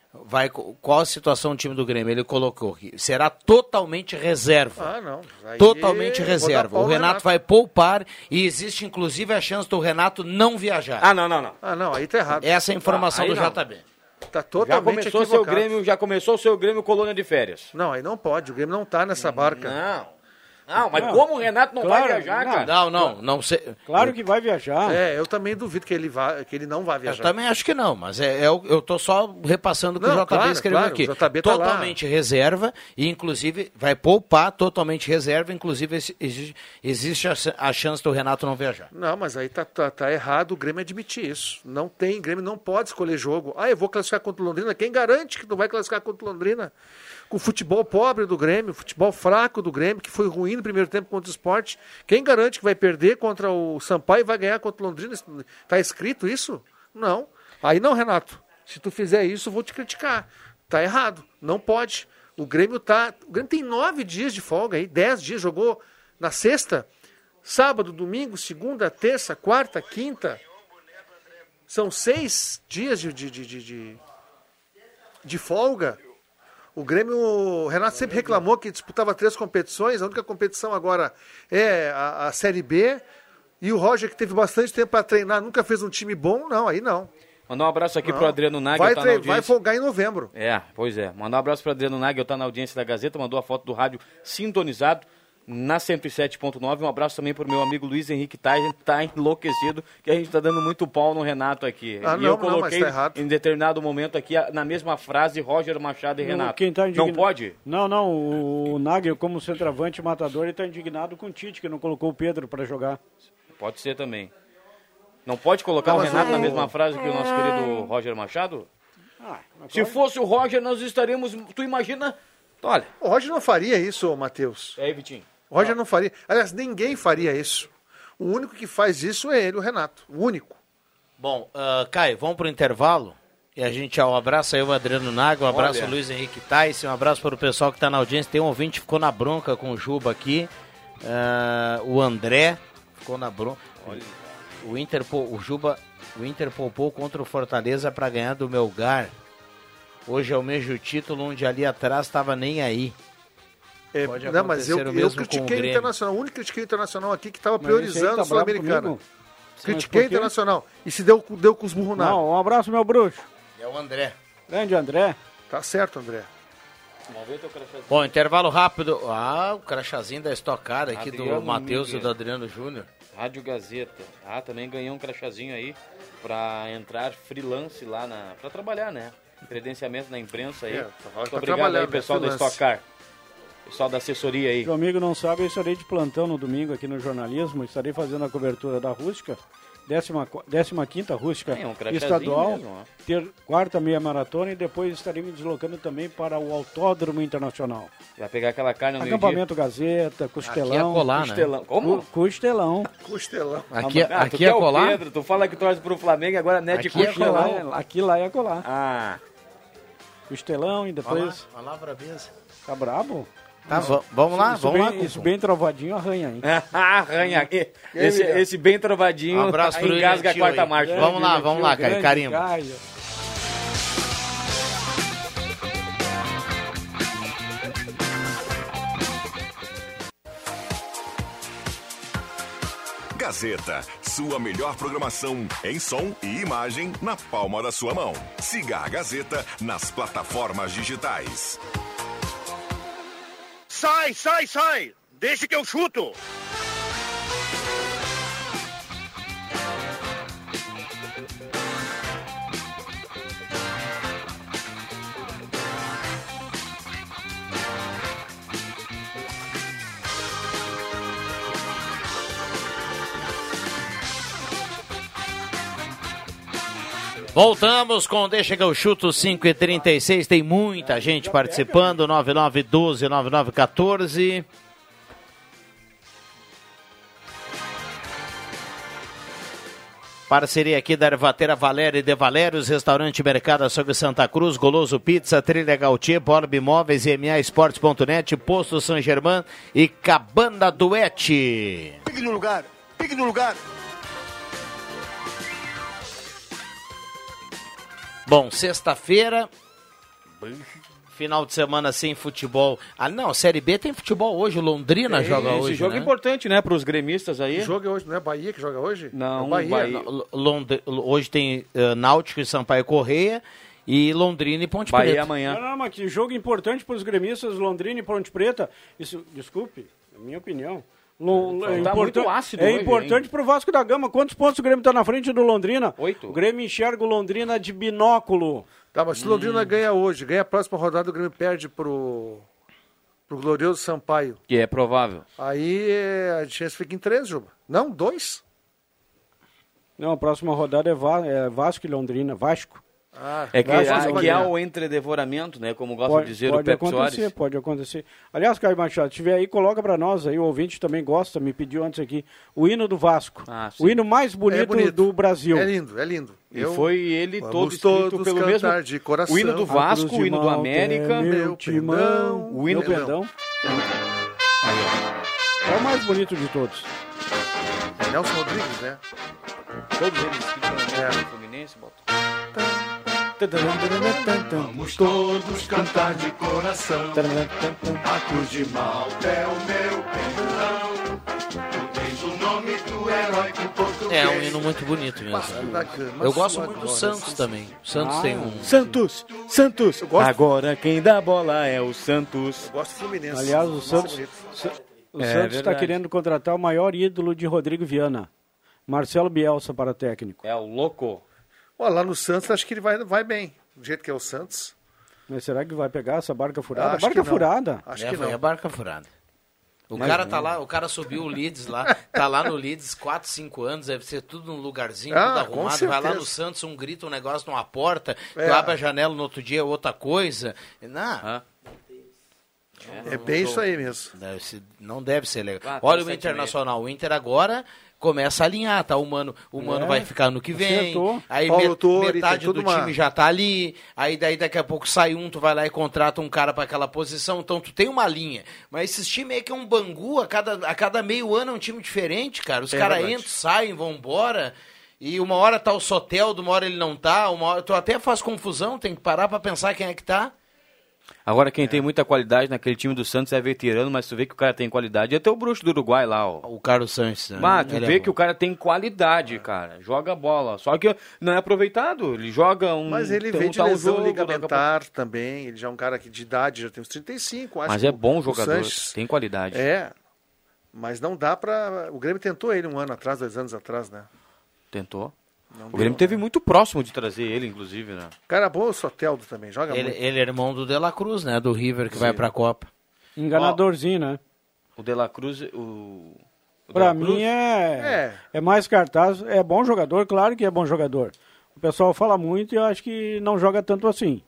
qual a situação do time do Grêmio? Ele colocou aqui, será totalmente reserva. Ah, não. Aí Totalmente vou dar reserva. pau O no Renato vai poupar e existe inclusive a chance do Renato não viajar. Ah, não. Ah, não, aí tá errado. Essa é a informação aí do não. JB. Tá Já totalmente começou, equivocado. já começou o seu Grêmio colônia de férias. Não, aí não pode. O Grêmio não tá nessa barca. Não, mas Não. como o Renato não Claro, vai viajar, não. cara? Não sei. Claro que vai viajar. Eu também duvido que ele não vá Eu viajar. também acho que não, mas eu tô só repassando o que Não, o JB claro, escreveu claro, aqui. o JB tá lá. Totalmente reserva e inclusive vai poupar totalmente reserva, inclusive existe a chance do Renato não viajar. Não, mas aí tá errado o Grêmio admitir isso. Não tem, o Grêmio não pode escolher jogo. Eu vou classificar contra o Londrina. Quem garante que tu vai classificar contra o Londrina? Com o futebol pobre do Grêmio, futebol fraco do Grêmio, que foi ruim no primeiro tempo contra o Sport. Quem garante que vai perder contra o Sampaio e vai ganhar contra o Londrina? Tá escrito isso? Não. Aí não, Renato. Se tu fizer isso, eu vou te criticar. Tá errado. Não pode. O Grêmio tem 9 dias de folga aí, 10 dias. Jogou na sexta, sábado, domingo, segunda, terça, quarta, quinta. São 6 dias de folga. O Renato sempre reclamou que disputava 3 competições. A única competição agora é a Série B. E o Roger, que teve bastante tempo para treinar, nunca fez um time bom. Não, aí não. Mandar um abraço aqui Não. pro Adriano Nagel, tá na audiência. Vai folgar em novembro. Pois é. Mandar um abraço pro Adriano Nagel, tá na audiência da Gazeta, mandou a foto do rádio sintonizado na 107.9. Um abraço também pro meu amigo Luiz Henrique Tyson, tá enlouquecido, que a gente tá dando muito pau no Renato aqui. Eu coloquei mas tá errado. em determinado momento aqui, na mesma frase, Roger Machado e Renato. Quem tá Não pode? Não, o Nagel, como centroavante matador, ele tá indignado com o Tite, que não colocou o Pedro para jogar. Pode ser também. Não pode colocar o Renato na mesma frase que o nosso querido Roger Machado? Se fosse o Roger, nós estaríamos... Tu imagina... Olha. O Roger não faria isso, Matheus. É aí, Vitinho. O Roger não faria. Aliás, ninguém faria isso. O único que faz isso é ele, o Renato. O único. Bom, Caio, vamos pro intervalo e a gente, um abraço aí o Adriano Naga, um abraço ao Luiz Henrique Tais, um abraço para o pessoal que está na audiência. Tem um ouvinte que ficou na bronca com o Juba aqui, o André ficou na bronca. O Inter poupou contra o Fortaleza para ganhar do Melgar. Hoje é o mesmo título, onde ali atrás estava nem aí. Não, mas eu critiquei o Internacional. O único que critiquei o Internacional aqui que estava priorizando o Sul-Americano. Critiquei o Internacional. E se deu com os burros na água. Não, um abraço, meu bruxo. É o André. Grande André. Tá certo, André. Bom, intervalo rápido. O crachazinho da Stock Car aqui Adriano do Matheus Miguel. e do Adriano Júnior. Rádio Gazeta. Também ganhou um crachazinho aí pra entrar freelance lá pra trabalhar, né? Credenciamento na imprensa aí. Muito obrigado aí, pessoal da Stock Car. Pessoal da assessoria aí. Se o amigo não sabe, eu estarei de plantão no domingo aqui no jornalismo. Estarei fazendo a cobertura da Rústica, 15ª Rústica estadual, quarta meia maratona e depois estarei me deslocando também para o Autódromo Internacional. Vai pegar aquela carne no Acampamento Gazeta, Costelão. Aqui é colar, Costelão. né? Como? Costelão. Aqui é colar? Pedro, tu fala que torce pro Flamengo e agora net Aqui é Costelão. Aqui lá é colar. Costelão e depois... Palavra mesmo. Tá brabo? Tá, vamos lá. Isso bem trovadinho arranha, hein? Arranha. Esse bem trovadinho Um abraço pro engasga a quarta aí. marcha. Vamos lá, Caio. Carimbo. Gazeta, sua melhor programação em som e imagem na palma da sua mão. Siga a Gazeta nas plataformas digitais. Sai! Deixa que eu chuto! Voltamos com Deixa que eu chuto 5h36. Tem muita gente participando. 9912-9914. Parceria aqui da Ervatera Valéria e De Valérios, Restaurante Mercado Açougue Santa Cruz, Goloso Pizza, Trilha Gautier, Borb Imóveis, EMA Esportes.net, Posto São Germán e Cabana Duete. Pique no lugar! Bom, sexta-feira, final de semana sem futebol. Não, Série B tem futebol hoje, o Londrina joga hoje, Esse jogo né? é importante, né, para os gremistas aí. O jogo é hoje, não é Bahia que joga hoje? Não, é Bahia. Hoje tem Náutico e Sampaio Correia e Londrina e Ponte Bahia Preta. amanhã. Não, mas que jogo importante para os gremistas, Londrina e Ponte Preta. Isso, desculpe, é minha opinião. Tá muito ácido hoje, importante para o Vasco da Gama. Quantos pontos o Grêmio está na frente do Londrina? 8. O Grêmio enxerga o Londrina de binóculo. Tá, mas se o Londrina ganha hoje, ganha a próxima rodada, o Grêmio perde pro glorioso Sampaio. Que é provável. Aí a chance fica em 3, Juba. Não, 2. Não, a próxima rodada é Vasco e Londrina. Vasco. Que há o entredevoramento, né? Como gosta de dizer o Pepe Soares. Pode acontecer. Aliás, Caio Machado, se tiver aí, coloca pra nós aí, o ouvinte também gosta, me pediu antes aqui, o hino do Vasco. Sim. O hino mais bonito do Brasil. É lindo. E foi ele todo escrito pelo mesmo... De coração. O hino do Vasco, o hino do América... Meu timão. O hino do pendão. É o mais bonito de todos. É Nelson Rodrigues, né? Todos eles escritos no Fluminense, bota. Vamos todos cantar de coração. A cruz de Malta é o meu pendão. Tu tens o nome do heróico português. É um hino muito bonito mesmo. Eu gosto muito do Santos também. O Santos tem um... Santos! Agora quem dá bola é o Santos. Eu gosto do Fluminense. Aliás, o Santos está querendo contratar o maior ídolo de Rodrigo Viana. Marcelo Bielsa para técnico. É o louco. Lá no Santos, acho que ele vai bem. Do jeito que é o Santos. Mas será que vai pegar essa barca furada? Acho Barca que furada? Acho que não. É barca furada. O cara tá lá, o cara subiu o Leeds lá, tá lá no Leeds 4, 5 anos, deve ser tudo num lugarzinho, tudo arrumado. Vai lá no Santos, um grita, um negócio numa porta, tu abre a janela no outro dia, é outra coisa. É bem isso aí mesmo. Não deve ser legal. Olha o Internacional, o Inter agora começa a alinhar, tá? O Mano vai ficar no que vem. Acertou. Aí Paulo Torre, metade tem do toda uma- time já tá ali. Aí daí daqui a pouco sai tu vai lá e contrata um cara para aquela posição. Então tu tem uma linha. Mas esses times aí que é um Bangu, a cada meio ano é um time diferente, cara. Os caras entram, saem, vão embora. E uma hora tá o Soteldo, uma hora ele não tá. Uma hora tu até faz confusão, tem que parar para pensar quem é que tá. Agora quem tem muita qualidade naquele time do Santos é veterano, mas tu vê que o cara tem qualidade. E até o bruxo do Uruguai lá, ó. O Carlos Sanches, né? Mas tu vê que o cara tem qualidade, cara. Joga bola. Só que não é aproveitado. Ele joga um... Mas ele vem de um lesão jogo, ligamentar também. Ele já é um cara que de idade, já tem uns 35, acho. Mas é bom o jogador, Sanches, tem qualidade. mas não dá pra... O Grêmio tentou ele 2 anos atrás, né? Tentou. Não O deu, Grêmio teve né? muito próximo de trazer ele, inclusive, né? Cara bom, o Soteldo também, joga muito. Ele é irmão do De La Cruz, né? Do River, que vai pra Copa. Enganadorzinho, né? O De La Cruz... O Pra De La Cruz, mim é mais cartaz. É bom jogador, claro que é bom jogador. O pessoal fala muito e eu acho que não joga tanto assim.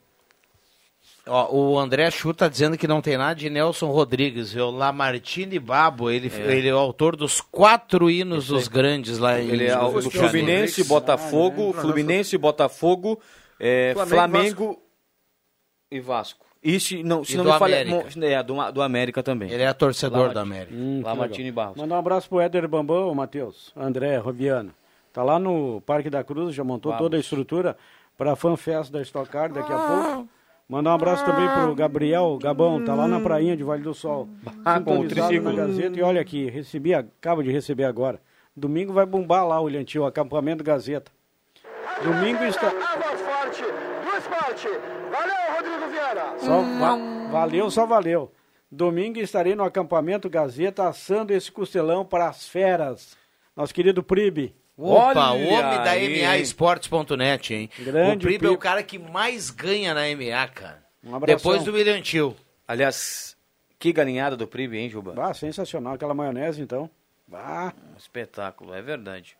Ó, o André Chu tá dizendo que não tem nada de Nelson Rodrigues. O Lamartine Babo, ele é o autor dos 4 hinos dos grandes lá em Ele é o do Fluminense, Botafogo, Botafogo, Flamengo e Vasco. Isso, não, se E não do me falha, América. do América também. Ele é torcedor do América. Lamartine Barros. Mandar um abraço pro Éder Bambam, Matheus, André, Roviano. Tá lá no Parque da Cruz, já montou toda a estrutura para a FanFest da Stock Car daqui a pouco. Mandar um abraço também pro Gabriel Gabão, tá lá na prainha de Vale do Sol. Com o Sintonizado triciclo. na Gazeta. E olha aqui, acabo de receber agora. Domingo vai bombar lá o Ilhantil, o acampamento Gazeta. Domingo está... A voz forte do esporte. Valeu, Rodrigo Vieira. Só valeu. Domingo estarei no acampamento Gazeta assando esse costelão para as feras. Nosso querido Pribe. Opa, o Olha homem da aí, MA Esportes.net, hein? Grande o Pribe é Pribe. o cara que mais ganha na MA, cara. Um abração. Depois do William Tio. Aliás, que galinhada do Pribe, hein, Juba? Ah, sensacional. Aquela maionese, então. Ah, Um espetáculo, é verdade.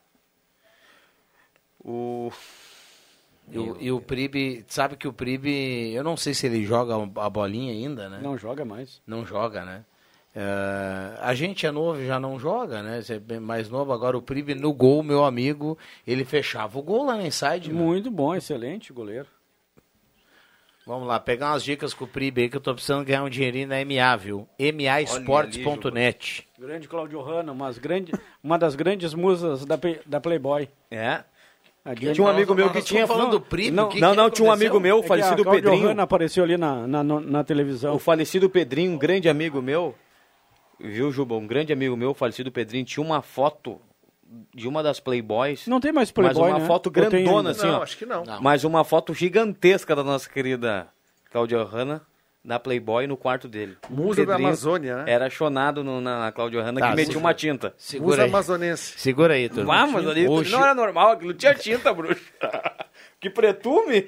E o Pribe, sabe que o Pribe, eu não sei se ele joga a bolinha ainda, né? não joga mais. Não joga, né? A gente é novo e já não joga, né? Você é bem mais novo. Agora o Pribe no gol, meu amigo, ele fechava o gol lá na inside. né? Muito bom, excelente goleiro. Vamos lá, pegar umas dicas com o Pribe aí que eu tô precisando ganhar um dinheirinho na MA, viu? MAesportes.net. Grande Claudio Hanna, uma das grandes musas da Playboy. É. Adiante. Tinha um amigo meu Nós que estamos tinha... falando do Pribe, Não, o que não, que não, tinha um aconteceu? amigo meu, o É que falecido a Claudio Pedrinho. Hanna apareceu ali na televisão. O falecido Pedrinho, um grande amigo meu, viu, Juba? Um grande amigo meu, o falecido Pedrinho, tinha uma foto de uma das Playboys. Não tem mais Playboy, mas uma né? foto Ou tem grandona, ainda? assim, Não, ó. acho que não. Mas uma foto gigantesca da nossa querida Cláudia Hanna na Playboy no quarto dele. Musa da Pedrinho Amazônia, né? Era chonado na Cláudia Hanna Tá, que metia uma tinta. Segura Musa aí. amazonense. Segura aí, turma. Ah, mas ali Oxi. não era normal, aquilo tinha tinta, bruxo. Que pretume.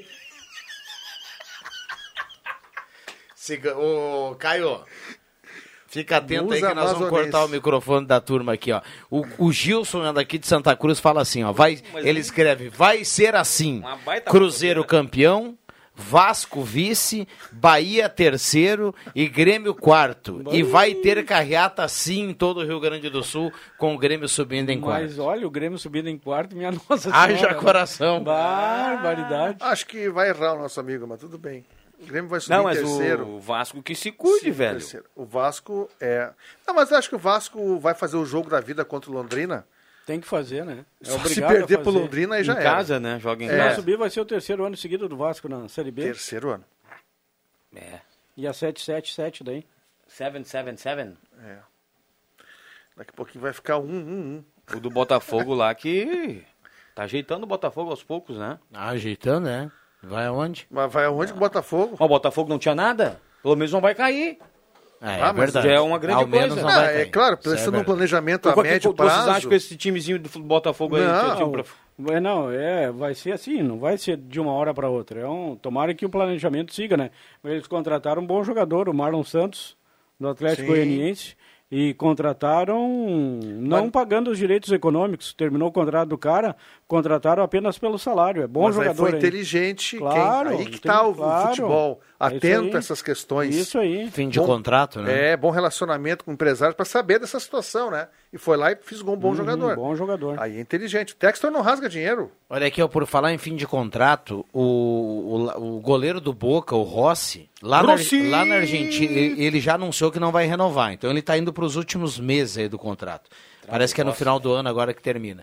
Ô, Caio, fica atento aí Musa que nós vamos amazonense. cortar o microfone da turma aqui, ó. O Gilson é daqui de Santa Cruz fala assim, ó. Ele escreve, vai ser assim. Uma baita Cruzeiro foto, né? campeão, Vasco vice, Bahia terceiro e Grêmio quarto. E vai ter carreata sim em todo o Rio Grande do Sul, com o Grêmio subindo em quarto. Mas olha, o Grêmio subindo em quarto, minha nossa Haja senhora. coração. Barbaridade. Acho que vai errar o nosso amigo, mas tudo bem. O Grêmio vai subir Não, em mas terceiro. o Vasco que se cuide, Sim, velho. terceiro. O Vasco é... Não, mas eu acho que o Vasco vai fazer o jogo da vida contra o Londrina. Tem que fazer, né? É Só se obrigado perder a pro fazer. Londrina, aí já Em era. casa, né? Joga em Se não casa. subir, vai ser o terceiro ano seguido do Vasco na Série B. Terceiro ano. É. E a 777 daí. 777. Daqui a pouquinho vai ficar 1-1-1. O do Botafogo lá que tá ajeitando o Botafogo aos poucos, né? Ajeitando, né? Vai aonde? Mas vai aonde com o Botafogo? Ó, o Botafogo não tinha nada? Pelo menos não vai cair. É, Ah, mas verdade. já é uma grande Ao menos coisa. não Ah, vai é cair. claro, Isso é pensando num verdade. planejamento a Qual que médio vocês acham prazo. que esse timezinho do Botafogo aí... Não. que é o time pra- Vai ser assim, não vai ser de uma hora para outra. Tomara que o planejamento siga, né? Eles contrataram um bom jogador, o Marlon Santos, do Atlético Sim. Goianiense, e contrataram, não pagando os direitos econômicos, terminou o contrato do cara, contrataram apenas pelo salário. É bom Mas aí jogador foi ainda. inteligente. Claro, Aí que tá o claro. futebol. atento a essas questões. Isso aí. Fim de contrato, né? Bom relacionamento com o empresário para saber dessa situação, né? E foi lá e fisgou um bom jogador. Bom jogador. Aí é inteligente. O Textor não rasga dinheiro. Olha aqui, por falar em fim de contrato, o goleiro do Boca, o Rossi, lá na Argentina, ele já anunciou que não vai renovar. Então ele está indo para os últimos meses aí do contrato. Parece que é no final do ano agora que termina.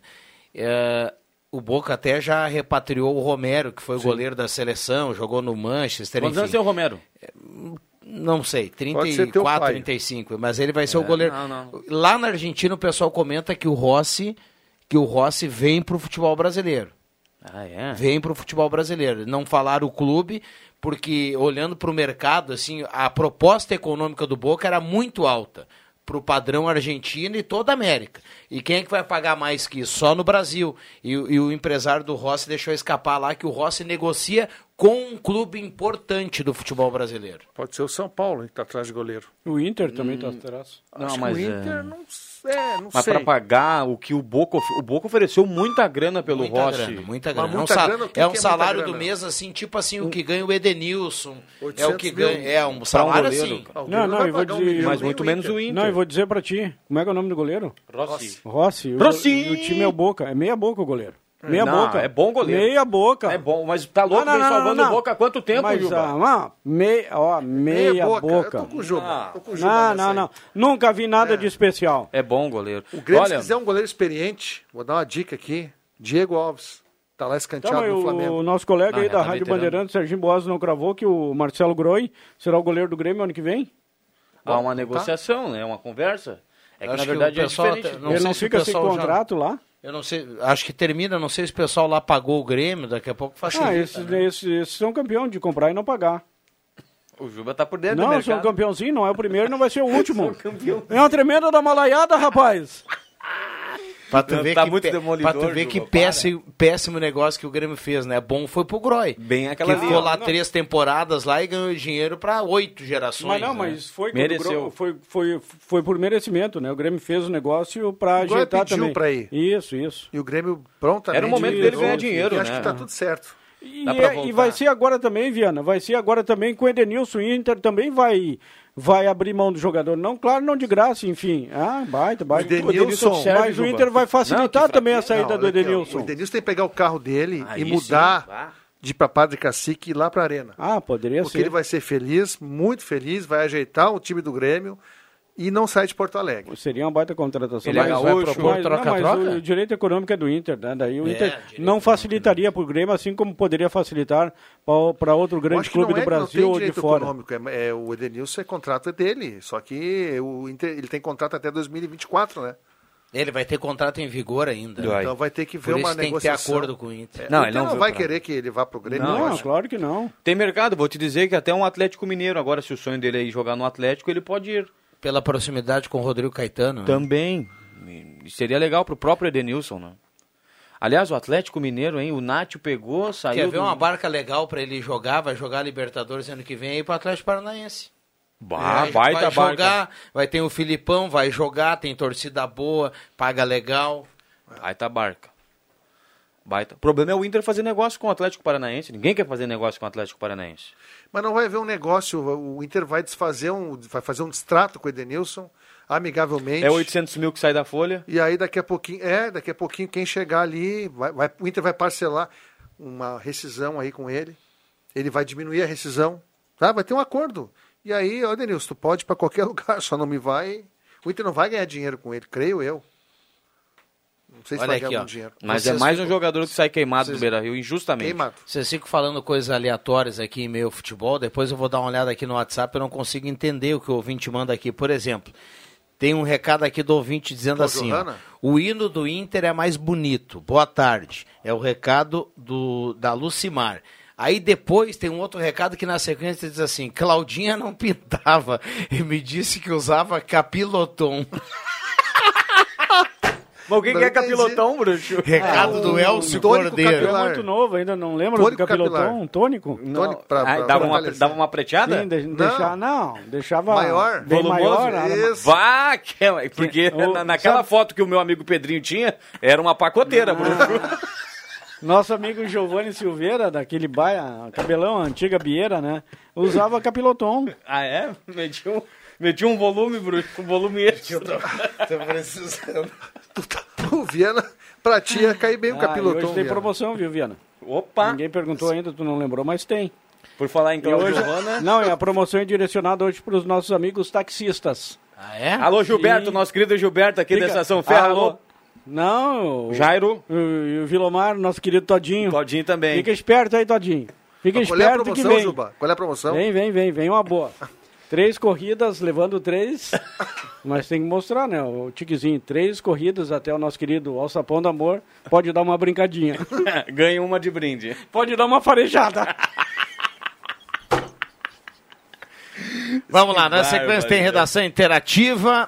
O Boca até já repatriou o Romero, que foi o goleiro da seleção, jogou no Manchester. Quantos anos tem o Romero? Não sei, 34, 35, mas ele vai ser o goleiro. Não. Lá na Argentina o pessoal comenta que o Rossi vem pro futebol brasileiro. Ah, é? Vem pro futebol brasileiro. Não falaram o clube, porque olhando pro mercado, assim, a proposta econômica do Boca era muito alta pro padrão argentino e toda a América. E quem é que vai pagar mais que isso? Só no Brasil. E o empresário do Rossi deixou escapar lá que o Rossi negocia com um clube importante do futebol brasileiro. Pode ser o São Paulo, que está atrás de goleiro. O Inter também está atrás. Acho que o Inter não sei. Mas para pagar o que o Boca ofereceu muita grana pelo muita Rossi. Grana, muita grana. Grana, é um salário do mês, assim, tipo assim, o que ganha o Edenilson. É o que ganha. Mil. É um salário assim. Não, eu vou dizer. Mas muito menos o Inter. Não, eu vou dizer pra ti. Como é que é o nome do goleiro? Rossi. E o time é o Boca. É meia boca o goleiro. Meia boca. É bom goleiro. Meia boca. É bom, mas tá louco vem salvando o Boca há quanto tempo, mas, Juba? Meia boca. Eu tô com o Juba. Não. Nunca vi nada de especial. É bom goleiro. O Grêmio, se quiser um goleiro experiente, vou dar uma dica aqui. Diego Alves. Tá lá escanteado no Flamengo. O nosso colega aí da Rádio Bandeirantes, Serginho Boas, não cravou que o Marcelo Groi será o goleiro do Grêmio ano que vem? Há uma negociação, né? Uma conversa. É que na verdade é diferente. Ele não fica sem contrato lá? Eu não sei, acho que termina, não sei se o pessoal lá pagou o Grêmio, daqui a pouco facilita. Esses são campeão de comprar e não pagar. O Juba tá por dentro do mercado. Não, são campeãozinho, não é o primeiro, não vai ser o último. É uma tremenda da malaiada, rapaz. Pra tu ver tá que, muito demolidor, pra tu ver que péssimo negócio que o Grêmio fez, né? Bom foi pro Groy. Bem aquela que ficou lá 3 temporadas lá e ganhou dinheiro pra 8 gerações. Mas não, né? mas foi por merecimento, né? O Grêmio fez o negócio pra ajeitar também. Pra ir. Isso. E o Grêmio prontamente... Era o momento dele ganhar dinheiro, né? Acho que tá tudo certo. E vai ser agora também, Viana, vai ser agora também com o Edenilson. O Inter também vai abrir mão do jogador. Não, claro, não de graça, enfim. Baita. O Edenilson, mas o Inter vai facilitar também a saída do Edenilson. O Edenilson tem que pegar o carro dele e mudar de ir pra Padre Cacique e ir lá pra Arena. Poderia ser. Porque ele vai ser feliz, muito feliz, vai ajeitar o time do Grêmio e não sai de Porto Alegre. Seria uma baita contratação. Ele vai propor troca-troca? Mas o direito econômico é do Inter, né? Daí o Inter não facilitaria para o Grêmio, assim como poderia facilitar para outro grande clube do Brasil ou de fora. Econômico, o Edenilson é contrato dele, só que o Inter ele tem contrato até 2024, né? Ele vai ter contrato em vigor ainda. Então vai ter que ver uma negociação. Tem que ter acordo com o Inter. Não, ele não vai querer que ele vá pro Grêmio. Não, claro que não. Tem mercado, vou te dizer que até um Atlético Mineiro, agora se o sonho dele é ir jogar no Atlético, ele pode ir. Pela proximidade com o Rodrigo Caetano. Né? Também. Seria legal pro próprio Edenilson, né? Aliás, o Atlético Mineiro, hein? O Nátio pegou, saiu... Quer ver uma barca legal para ele jogar? Vai jogar Libertadores ano que vem aí pro Atlético Paranaense. Vai jogar, vai ter o Filipão, vai jogar, tem torcida boa, paga legal. Baita barca. O problema é o Inter fazer negócio com o Atlético Paranaense. Ninguém quer fazer negócio com o Atlético Paranaense. Mas não vai haver um negócio. O Inter vai fazer um distrato com o Edenilson, amigavelmente. É 800 mil que sai da folha. E aí daqui a pouquinho quem chegar ali, o Inter vai parcelar uma rescisão aí com ele. Ele vai diminuir a rescisão, tá? Vai ter um acordo. E aí, Edenilson, tu pode ir para qualquer lugar, só não me vai... O Inter não vai ganhar dinheiro com ele, creio eu. Não sei se vai ganhar algum dinheiro. Mas é mais um jogador que sai queimado do Beira-Rio, injustamente. Queimado. Vocês ficam falando coisas aleatórias aqui em meio futebol, depois eu vou dar uma olhada aqui no WhatsApp, eu não consigo entender o que o ouvinte manda aqui. Por exemplo, tem um recado aqui do ouvinte dizendo assim, o hino do Inter é mais bonito, boa tarde. É o recado da Lucimar. Aí depois tem um outro recado que na sequência diz assim, Claudinha não pintava e me disse que usava capilotom. Mas quem que é capilotão, bruxo? Recado do Elcio Cordeiro. É muito novo, ainda não lembro do capilotão. Tônico? Tônico dava uma preteada? Sim, deixava maior. Bem maior. Vá, porque naquela foto que o meu amigo Pedrinho tinha, era uma pacoteira, bruxo. Nosso amigo Giovanni Silveira, daquele baia, cabelão, antiga bieira, né? Usava capiloton. Ah, é? Meti um volume, Bruno, com volume extra. Tô precisando. O Viana, pra ti, ia cair bem o capiloton. Hoje tem promoção, viu, Viana? Opa! Ninguém perguntou ainda, tu não lembrou, mas tem. Por falar em Cláudio hoje, Giovana... Não, a promoção é direcionada hoje para os nossos amigos taxistas. Ah, é? Alô, Gilberto, nosso querido Gilberto aqui da Estação Ferro. Alô. Não, Jairo. E o Vilomar, nosso querido Todinho. Todinho também. Fica esperto aí, Todinho. Fica esperto. Qual é a promoção, Juba? Qual é a promoção? Vem uma boa. 3 corridas, levando 3. Mas tem que mostrar, né? O tiquezinho, 3 corridas até o nosso querido Alçapão do Amor. Pode dar uma brincadinha. Ganha uma de brinde. Pode dar uma farejada. Vamos lá, na sequência tem redação interativa.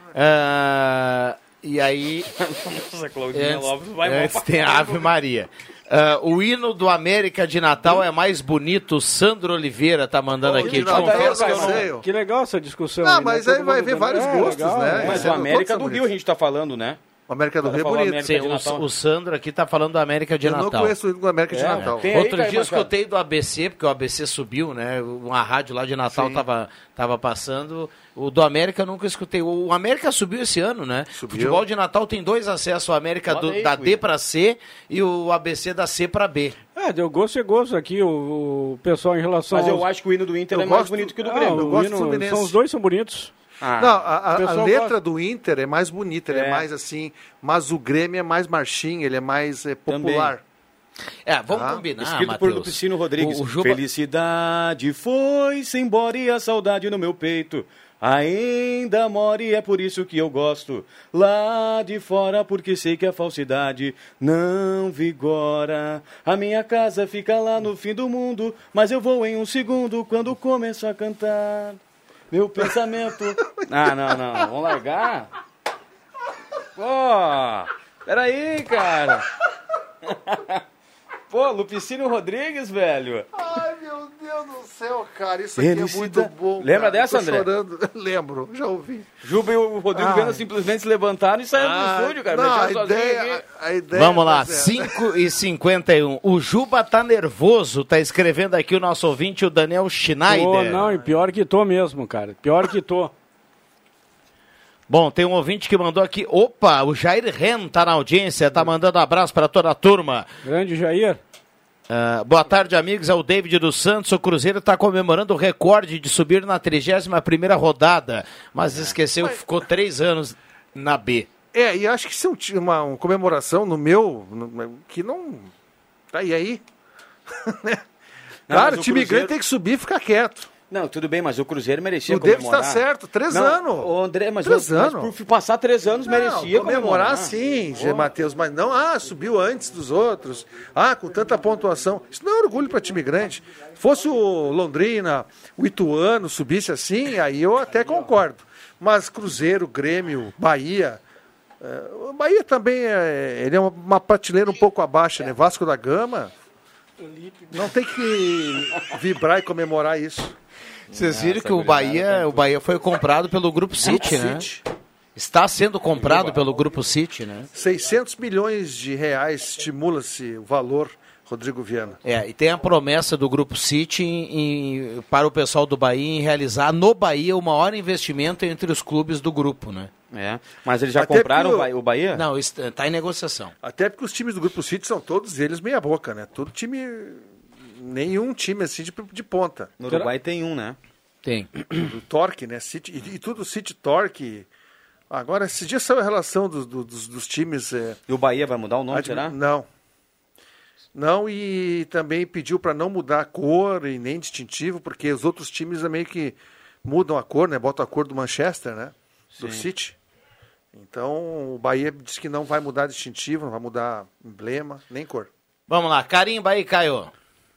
E aí, Nossa, Claudinha Lopes vai antes tem a Ave Maria. O hino do América de Natal é mais bonito. O Sandro Oliveira tá mandando aqui. Confesso que eu não sei. Que legal essa discussão. Ah, mas aí vai ver vários gostos, legal, né? Mas o América do Rio a gente tá falando, né? O América do Rio é bonito. Sim, o Sandro aqui tá falando do América de Natal. Eu não conheço o hino do América de Natal. Outro dia eu escutei do ABC, porque o ABC subiu, né? Uma rádio lá de Natal tava passando. O do América eu nunca escutei. O América subiu esse ano, né? Subiu. Futebol de Natal tem 2 acessos. O América da D para C e o ABC da C para B. Deu gosto e gosto aqui o pessoal em relação Mas eu acho que o hino do Inter é mais bonito que o do Grêmio. Eu gosto do Fluminense. Os dois são bonitos. Não, a letra do Inter é mais bonita, ele é mais assim, mas o Grêmio é mais marchinha, ele é mais popular. Vamos combinar, Escrito por Lupicino Rodrigues. Felicidade foi-se embora e a saudade no meu peito ainda mora e é por isso que eu gosto lá de fora, porque sei que a falsidade não vigora. A minha casa fica lá no fim do mundo, mas eu vou em um segundo quando começo a cantar. Meu pensamento... Não. Vamos largar? Pô, peraí, cara. Pô, Lupicínio Rodrigues, velho. Ai, meu Deus do céu, cara. Isso aqui é muito bom. Lembra cara. dessa, André? Chorando. Lembro, já ouvi. Juba e o Rodrigo Viana simplesmente se levantaram e saíram do estúdio, cara. Não, a ideia Vamos lá, 5h51. O Juba tá nervoso, tá escrevendo aqui o nosso ouvinte, o Daniel Schneider. Não, e pior que tô mesmo, cara. Pior que tô. Bom, tem um ouvinte que mandou aqui. Opa, o Jair Ren tá na audiência, tá mandando abraço para toda a turma. Grande Jair. Boa tarde, amigos. É o David dos Santos. O Cruzeiro está comemorando o recorde de subir na 31ª rodada, mas esqueceu que ficou 3 anos na B. E acho que isso é uma comemoração que não... Tá, e aí? Cara, o time grande tem que subir e ficar quieto. Não, tudo bem, mas o Cruzeiro merecia comemorar. O David está certo, 3 anos. O André, mas 3 anos. Mas por passar 3 anos merecia comemorar. Sim, Matheus, mas não, subiu antes dos outros. Com tanta pontuação. Isso não é orgulho para time grande. Fosse o Londrina, o Ituano subisse assim, aí eu até concordo. Mas Cruzeiro, Grêmio, Bahia... o Bahia também ele é uma prateleira um pouco abaixo, né? Vasco da Gama. Não tem que vibrar e comemorar isso. Vocês viram que o Bahia foi comprado pelo Grupo City, né? Está sendo comprado pelo Grupo City, né? 600 milhões de reais estimula-se o valor, Rodrigo Viana. E tem a promessa do Grupo City para o pessoal do Bahia em realizar no Bahia o maior investimento entre os clubes do grupo, né? Mas eles já compraram o Bahia? Não, está em negociação. Até porque os times do Grupo City são todos eles meia boca, né? Todo time... Nenhum time assim de ponta. No Uruguai tem um, né? Tem. Do Torque, né? City, e tudo City Torque. Agora, esses dias saiu a relação dos times. E o Bahia vai mudar o nome, será? Não. Não, e também pediu para não mudar a cor e nem distintivo, porque os outros times meio que mudam a cor, né? Botam a cor do Manchester, né? Do City. Então, o Bahia disse que não vai mudar distintivo, não vai mudar emblema, nem cor. Vamos lá, carimba aí, Caio.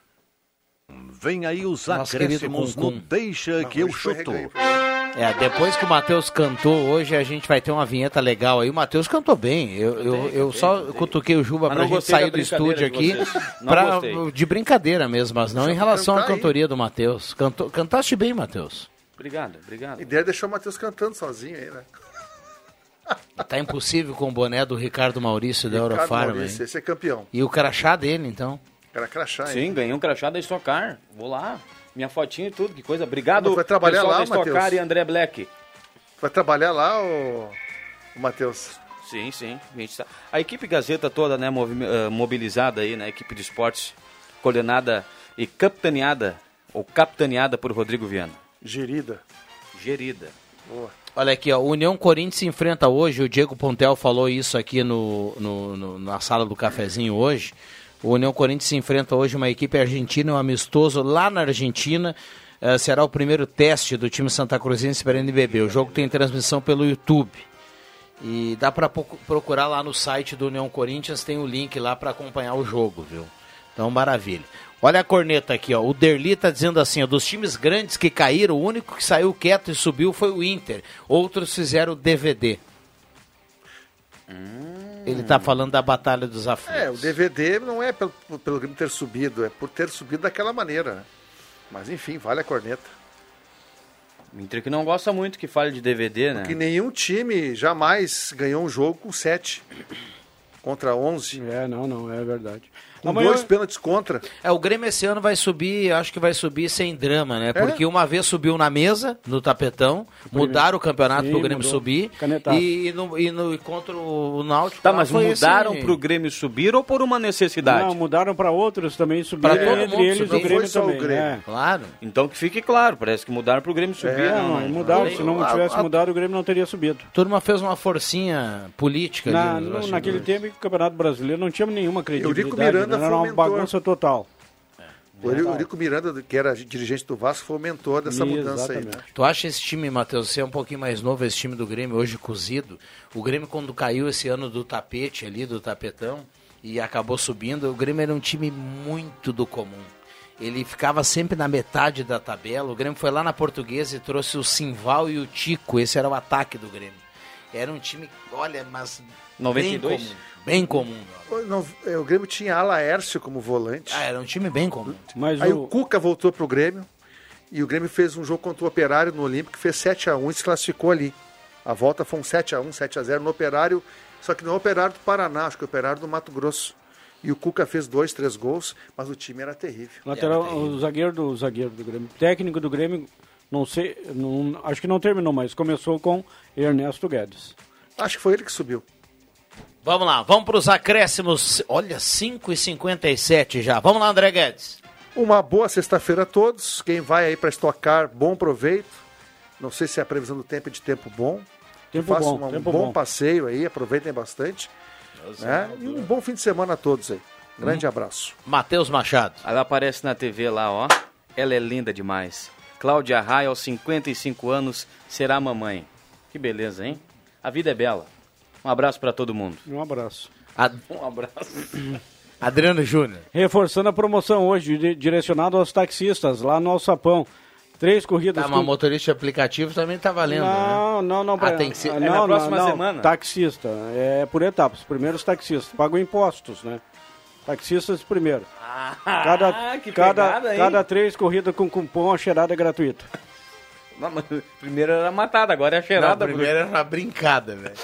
Vem aí os acréscimos no Deixa que eu chuto. Depois que o Matheus cantou hoje, a gente vai ter uma vinheta legal aí. O Matheus cantou bem. Eu só cutuquei o Juba pra gente sair do estúdio aqui de brincadeira mesmo, mas não em relação à cantoria do Matheus. Cantaste bem, Matheus. Obrigado. A ideia deixou o Matheus cantando sozinho aí, né? Tá impossível com o boné do Ricardo Maurício da Eurofarm. Maurício, esse é campeão. E o crachá dele, então? Era crachá, hein? Sim, ganhei um crachá da Stock Car. Vou lá. Minha fotinha e tudo, que coisa. Obrigado, vai trabalhar pessoal lá, da Stock Car e André Black. Vai trabalhar lá, o Matheus? Sim. A equipe Gazeta toda, né, mobilizada aí, né, equipe de esportes, coordenada e capitaneada por Rodrigo Viana. Gerida. Boa. Olha aqui, ó, o União Corinthians se enfrenta hoje, o Diego Pontel falou isso aqui na sala do cafezinho hoje. O União Corinthians se enfrenta hoje uma equipe argentina, um amistoso lá na Argentina. Será o primeiro teste do time Santa Cruzense para a NBB. O jogo tem transmissão pelo YouTube. E dá para procurar lá no site do União Corinthians, tem o link lá para acompanhar o jogo, viu? Então, maravilha. Olha a corneta aqui, ó. O Derli tá dizendo assim, ó, dos times grandes que caíram, o único que saiu quieto e subiu foi o Inter. Outros fizeram DVD. Ele tá falando da Batalha dos Aflitos. O DVD não é pelo Grêmio ter subido, é por ter subido daquela maneira, né? Mas enfim, vale a corneta. O Inter que não gosta muito que fale de DVD, né? Porque nenhum time jamais ganhou um jogo com 7 contra 11. Não, é verdade. Com 2 pênaltis contra. O Grêmio esse ano vai subir, acho que vai subir sem drama, né? Porque uma vez subiu na mesa, no tapetão, mudaram o campeonato pro Grêmio subir. E contra o Náutico. Tá, mas mudaram pro Grêmio subir ou por uma necessidade? Não, mudaram para outros também subirem. Entre eles o Grêmio também. Claro. Então que fique claro, parece que mudaram pro Grêmio subir. Mudaram, se não tivesse mudado o Grêmio não teria subido. A turma fez uma forcinha política. Naquele tempo o Campeonato Brasileiro não tinha nenhuma credibilidade. Era uma bagunça total. O Eurico Miranda, que era dirigente do Vasco, foi o mentor dessa mudança aí. Né? Tu acha esse time, Matheus, você é um pouquinho mais novo, esse time do Grêmio, hoje cozido? O Grêmio, quando caiu esse ano do tapete ali, do tapetão, e acabou subindo, o Grêmio era um time muito do comum. Ele ficava sempre na metade da tabela. O Grêmio foi lá na Portuguesa e trouxe o Simval e o Tico. Esse era o ataque do Grêmio. Era um time, olha, mas 92? Bem comum. O Grêmio tinha Alaércio como volante. Era um time bem comum. Mas aí o Cuca voltou pro Grêmio e o Grêmio fez um jogo contra o Operário no Olímpico, que fez 7-1 e se classificou ali. A volta foi um 7-1, 7-0 no Operário, só que não é o Operário do Paraná, acho que é o Operário do Mato Grosso. E o Cuca fez 2, 3 gols, mas o time era terrível. O zagueiro do Grêmio, técnico do Grêmio, não sei, acho que não terminou, mas começou com Ernesto Guedes. Acho que foi ele que subiu. Vamos lá, vamos para os acréscimos. Olha, 5h57 já. Vamos lá, André Guedes. Uma boa sexta-feira a todos. Quem vai aí para estocar, bom proveito. Não sei se a previsão do tempo é de tempo bom. Façam um bom passeio aí, aproveitem bastante. Né? E um bom fim de semana a todos aí. Grande abraço. Matheus Machado. Ela aparece na TV lá, ó. Ela é linda demais. Cláudia Raia, aos 55 anos, será mamãe. Que beleza, hein? A vida é bela. Um abraço para todo mundo. Um abraço. Um abraço. Adriano Júnior. Reforçando a promoção hoje, direcionado aos taxistas, lá no Alçapão. 3 corridas. Mas motorista de aplicativo também tá valendo, Não. Tem que ser... na próxima semana? Taxista. É por etapas. Primeiro os taxistas. Pagam impostos, né? Taxistas primeiro. Cada 3 corridas com cupom, a cheirada é gratuita. Não, mas primeiro era matada, agora é a cheirada. Primeiro era uma brincada, velho.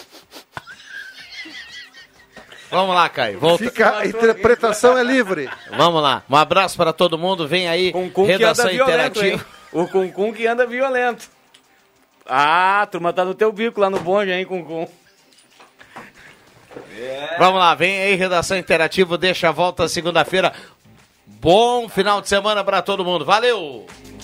Vamos lá, Caio. A interpretação é livre. Vamos lá. Um abraço para todo mundo. Vem aí, redação interativa. O Cuncum que anda violento. A turma tá no teu bico lá no bonde, hein, Cuncum. Vamos lá, vem aí, redação interativa. Deixa a volta segunda-feira. Bom final de semana para todo mundo. Valeu!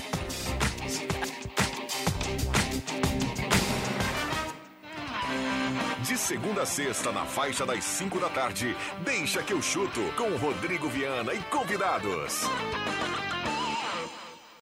De segunda a sexta, na faixa das 5 da tarde, Deixa que eu chuto, com Rodrigo Viana e convidados.